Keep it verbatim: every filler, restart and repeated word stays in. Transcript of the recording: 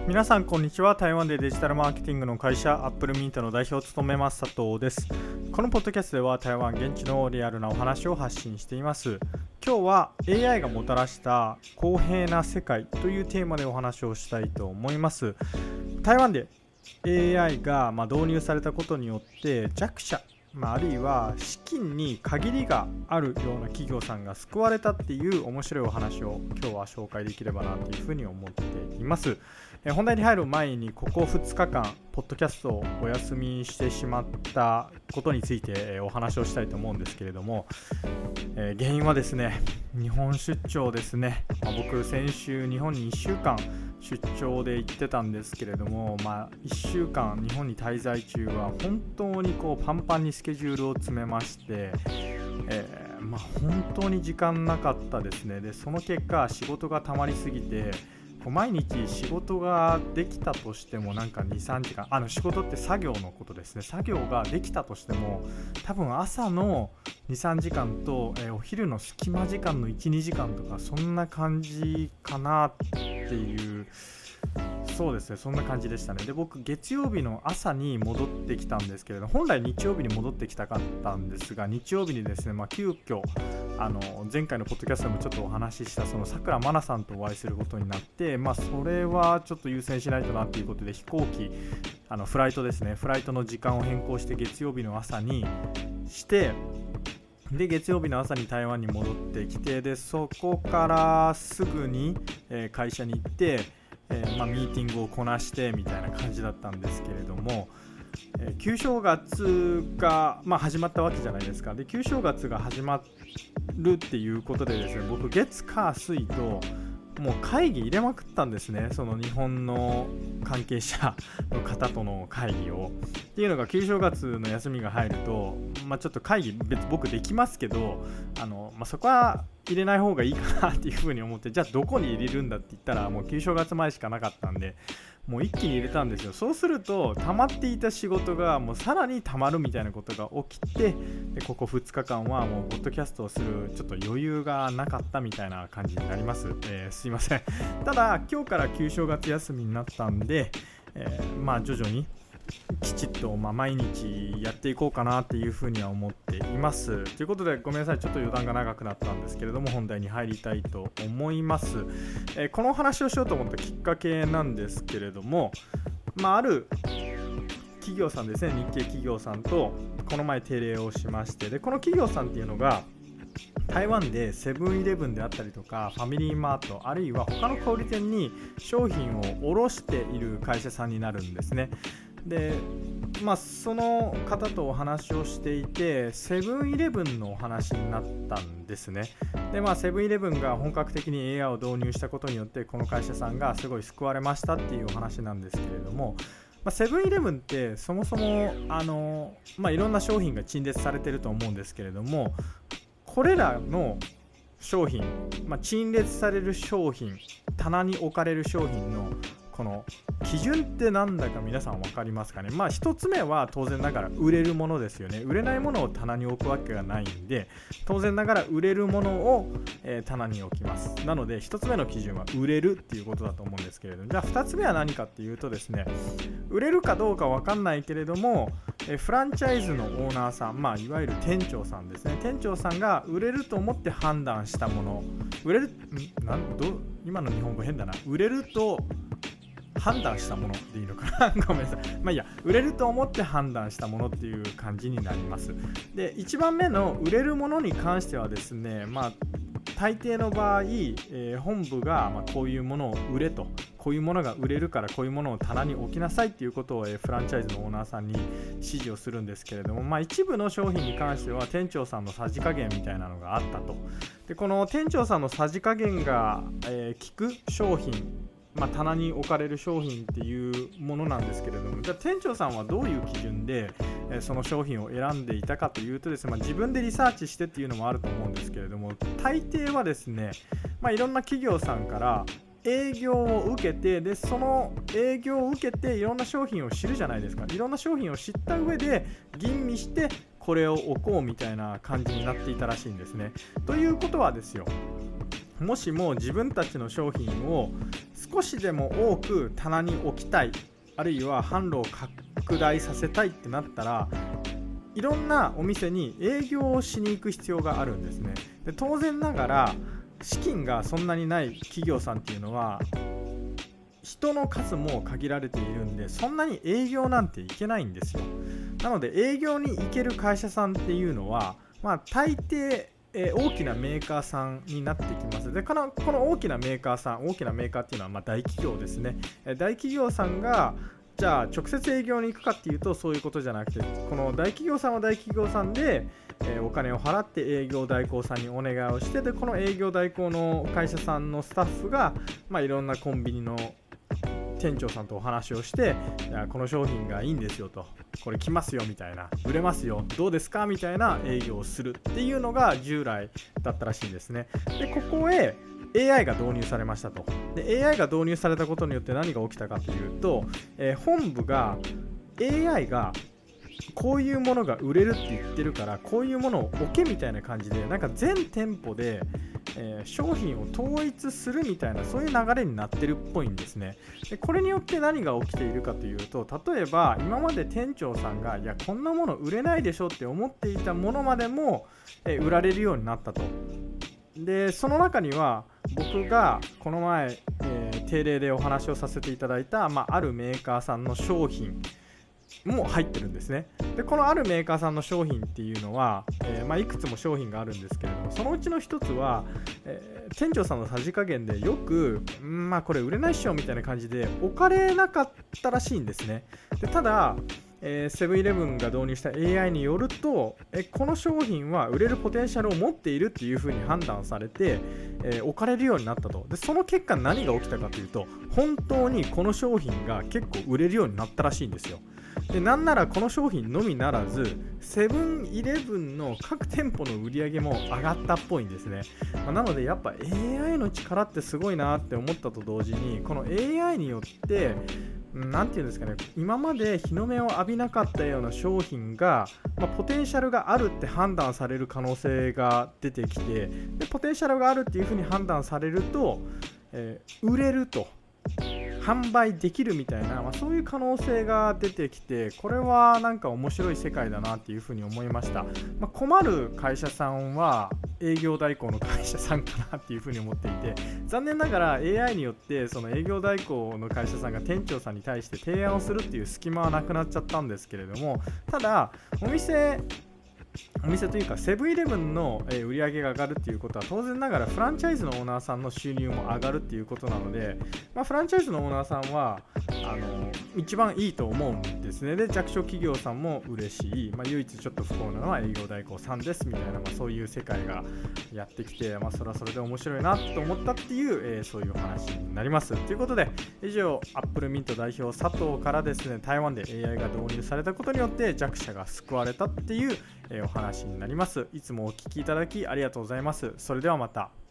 皆さんこんにちは。台湾でデジタルマーケティングの会社アップルミントの代表を務めます佐藤です。このポッドキャストでは台湾現地のリアルなお話を発信しています。今日は エーアイ がもたらした公平な世界というテーマでお話をしたいと思います。台湾で エーアイ がまあ導入されたことによって弱者、まあ、あるいは資金に限りがあるような企業さんが救われたっていう面白いお話を今日は紹介できればなというふうに思っています。え本題に入る前にここふつかかんポッドキャストをお休みしてしまったことについてお話をしたいと思うんですけれども、えー、原因はですね日本出張ですね、まあ、僕先週日本にいっしゅうかん出張で行ってたんですけれども、まあ、いっしゅうかん日本に滞在中は本当にこうパンパンにスケジュールを詰めまして、えーまあ、本当に時間なかったですね。でその結果仕事が溜まりすぎて毎日仕事ができたとしてもなんかにさんじかん、あの仕事って作業のことですね。作業ができたとしても多分朝のにさんじかんと、えー、お昼の隙間時間のいちにじかんとかそんな感じかなっていう、そうですね、そんな感じでしたね。で僕月曜日の朝に戻ってきたんですけれど、本来日曜日に戻ってきたかったんですが、日曜日にですね、まあ、急遽あの前回のポッドキャストでもちょっとお話ししたそのさくらまなさんとお会いすることになって、まあ、それはちょっと優先しないとなということで飛行機あのフライトですねフライトの時間を変更して月曜日の朝にしてで月曜日の朝に台湾に戻ってきて、でそこからすぐに、えー、会社に行ってえーまあ、ミーティングをこなしてみたいな感じだったんですけれども、えー、旧正月が、まあ、始まったわけじゃないですか。で旧正月が始まるっていうことでですね、僕月火水ともう会議入れまくったんですね。その日本の関係者の方との会議をっていうのが、旧正月の休みが入ると、まあ、ちょっと会議別僕できますけどあの、まあ、そこは入れない方がいいかなっていうふうに思って、じゃあどこに入れるんだって言ったらもう旧正月前しかなかったんで、もう一気に入れたんですよ。そうすると溜まっていた仕事がもうさらに溜まるみたいなことが起きて、でここふつかかんはもうポッドキャストをするちょっと余裕がなかったみたいな感じになります。えー、すいません。ただ今日から旧正月休みになったんで、えー、まあ徐々にきちっとまあ毎日やっていこうかなっていうふうには思っています。ということでごめんなさい、ちょっと余談が長くなったんですけれども本題に入りたいと思います。えー、このお話をしようと思ったきっかけなんですけれども、まあ、ある企業さんですね、日系企業さんとこの前定例をしまして、でこの企業さんっていうのが台湾でセブンイレブンであったりとかファミリーマート、あるいは他の小売店に商品を卸している会社さんになるんですね。でまあ、その方とお話をしていてセブンイレブンのお話になったんですね。でまあセブンイレブンが本格的に エーアイ を導入したことによってこの会社さんがすごい救われましたっていうお話なんですけれども、まあ、セブンイレブンってそもそもあの、まあ、いろんな商品が陳列されていると思うんですけれども、これらの商品、まあ、陳列される商品、棚に置かれる商品のこの基準ってなんだか皆さん分かりますかね。まあ一つ目は当然ながら売れるものですよね。売れないものを棚に置くわけがないんで、当然ながら売れるものを、えー、棚に置きます。なので一つ目の基準は売れるっていうことだと思うんですけれども、じゃあ二つ目は何かっていうとですね、売れるかどうか分かんないけれども、えー、フランチャイズのオーナーさん、まあいわゆる店長さんですね。店長さんが売れると思って判断したもの、売れるんなんど今の日本語変だな。売れると判断したものでいいのかなごめんなさい。まあいいや、売れると思って判断したものっていう感じになります。で、いちばんめの売れるものに関してはですね、まあ大抵の場合、えー、本部がまあこういうものを売れと、こういうものが売れるからこういうものを棚に置きなさいっていうことを、えー、フランチャイズのオーナーさんに指示をするんですけれども、まあ一部の商品に関しては店長さんのさじ加減みたいなのがあったと。で、この店長さんのさじ加減が、えー、効く商品、まあ、棚に置かれる商品っていうものなんですけれども、じゃあ店長さんはどういう基準で、えー、その商品を選んでいたかというとですね、まあ、自分でリサーチしてっていうのもあると思うんですけれども、大抵はですね、まあ、いろんな企業さんから営業を受けて、でその営業を受けていろんな商品を知るじゃないですか。いろんな商品を知った上で吟味してこれを置こうみたいな感じになっていたらしいんですね。ということはですよ、 もしも自分たちの商品を少しでも多く棚に置きたい、あるいは販路を拡大させたいってなったら、いろんなお店に営業をしに行く必要があるんですね。で当然ながら資金がそんなにない企業さんっていうのは人の数も限られているんで、そんなに営業なんていけないんですよ。なので営業に行ける会社さんっていうのは、まあ、大抵えー、大きなメーカーさんになってきます。でこの、この大きなメーカーさん、大きなメーカーっていうのはまあ大企業ですね。えー、大企業さんがじゃあ直接営業に行くかっていうとそういうことじゃなくて、この大企業さんは大企業さんで、えー、お金を払って営業代行さんにお願いをして、でこの営業代行の会社さんのスタッフが、まあ、いろんなコンビニの店長さんとお話をして、いやこの商品がいいんですよと、これ来ますよみたいな、売れますよどうですかみたいな営業をするっていうのが従来だったらしいんですね。でここへ エーアイ が導入されましたと。で エーアイ が導入されたことによって何が起きたかというと、えー、本部が エーアイ がこういうものが売れるって言ってるから、こういうものを置けみたいな感じで、なんか全店舗で、えー、商品を統一するみたいな、そういう流れになってるっぽいんですね。でこれによって何が起きているかというと、例えば今まで店長さんがいやこんなもの売れないでしょって思っていたものまでも、えー、売られるようになったと。でその中には僕がこの前、えー、定例でお話をさせていただいた、まあ、あるメーカーさんの商品も入ってるんですね。でこのあるメーカーさんの商品っていうのは、えーまあ、いくつも商品があるんですけれども、そのうちの一つは、えー、店長さんのさじ加減でよくんまあこれ売れないっしょみたいな感じで置かれなかったらしいんですね。でただセブンイレブンが導入した エーアイ によると、えこの商品は売れるポテンシャルを持っているっていう風に判断されて、えー、置かれるようになったと。でその結果何が起きたかというと、本当にこの商品が結構売れるようになったらしいんですよ。でなんならこの商品のみならずセブンイレブンの各店舗の売り上げも上がったっぽいんですね。まあ、なのでやっぱ エーアイ の力ってすごいなって思ったと同時に、この エーアイ によってなんていうんですかね、今まで日の目を浴びなかったような商品が、まあ、ポテンシャルがあるって判断される可能性が出てきて、でポテンシャルがあるっていうふうに判断されると、えー、売れると販売できるみたいな、まあ、そういう可能性が出てきて、これはなんか面白い世界だなっていうふうに思いました。まあ、困る会社さんは営業代行の会社さんかなっていうふうに思っていて、残念ながら エーアイ によってその営業代行の会社さんが店長さんに対して提案をするっていう隙間はなくなっちゃったんですけれども、ただお店お店というかセブンイレブンの売り上げが上がるっていうことは、当然ながらフランチャイズのオーナーさんの収入も上がるっていうことなので、まあ、フランチャイズのオーナーさんはあの一番いいと思うんですね。で弱小企業さんも嬉しい、まあ、唯一ちょっと不幸なのは営業代行さんですみたいな、まあ、そういう世界がやってきて、まあ、それはそれで面白いなと思ったっていう、えー、そういうお話になります。ということで以上、アップルミント代表佐藤からですね、台湾で エーアイ が導入されたことによって弱者が救われたっていう、えー、お話になります。いつもお聞きいただきありがとうございます。それではまた。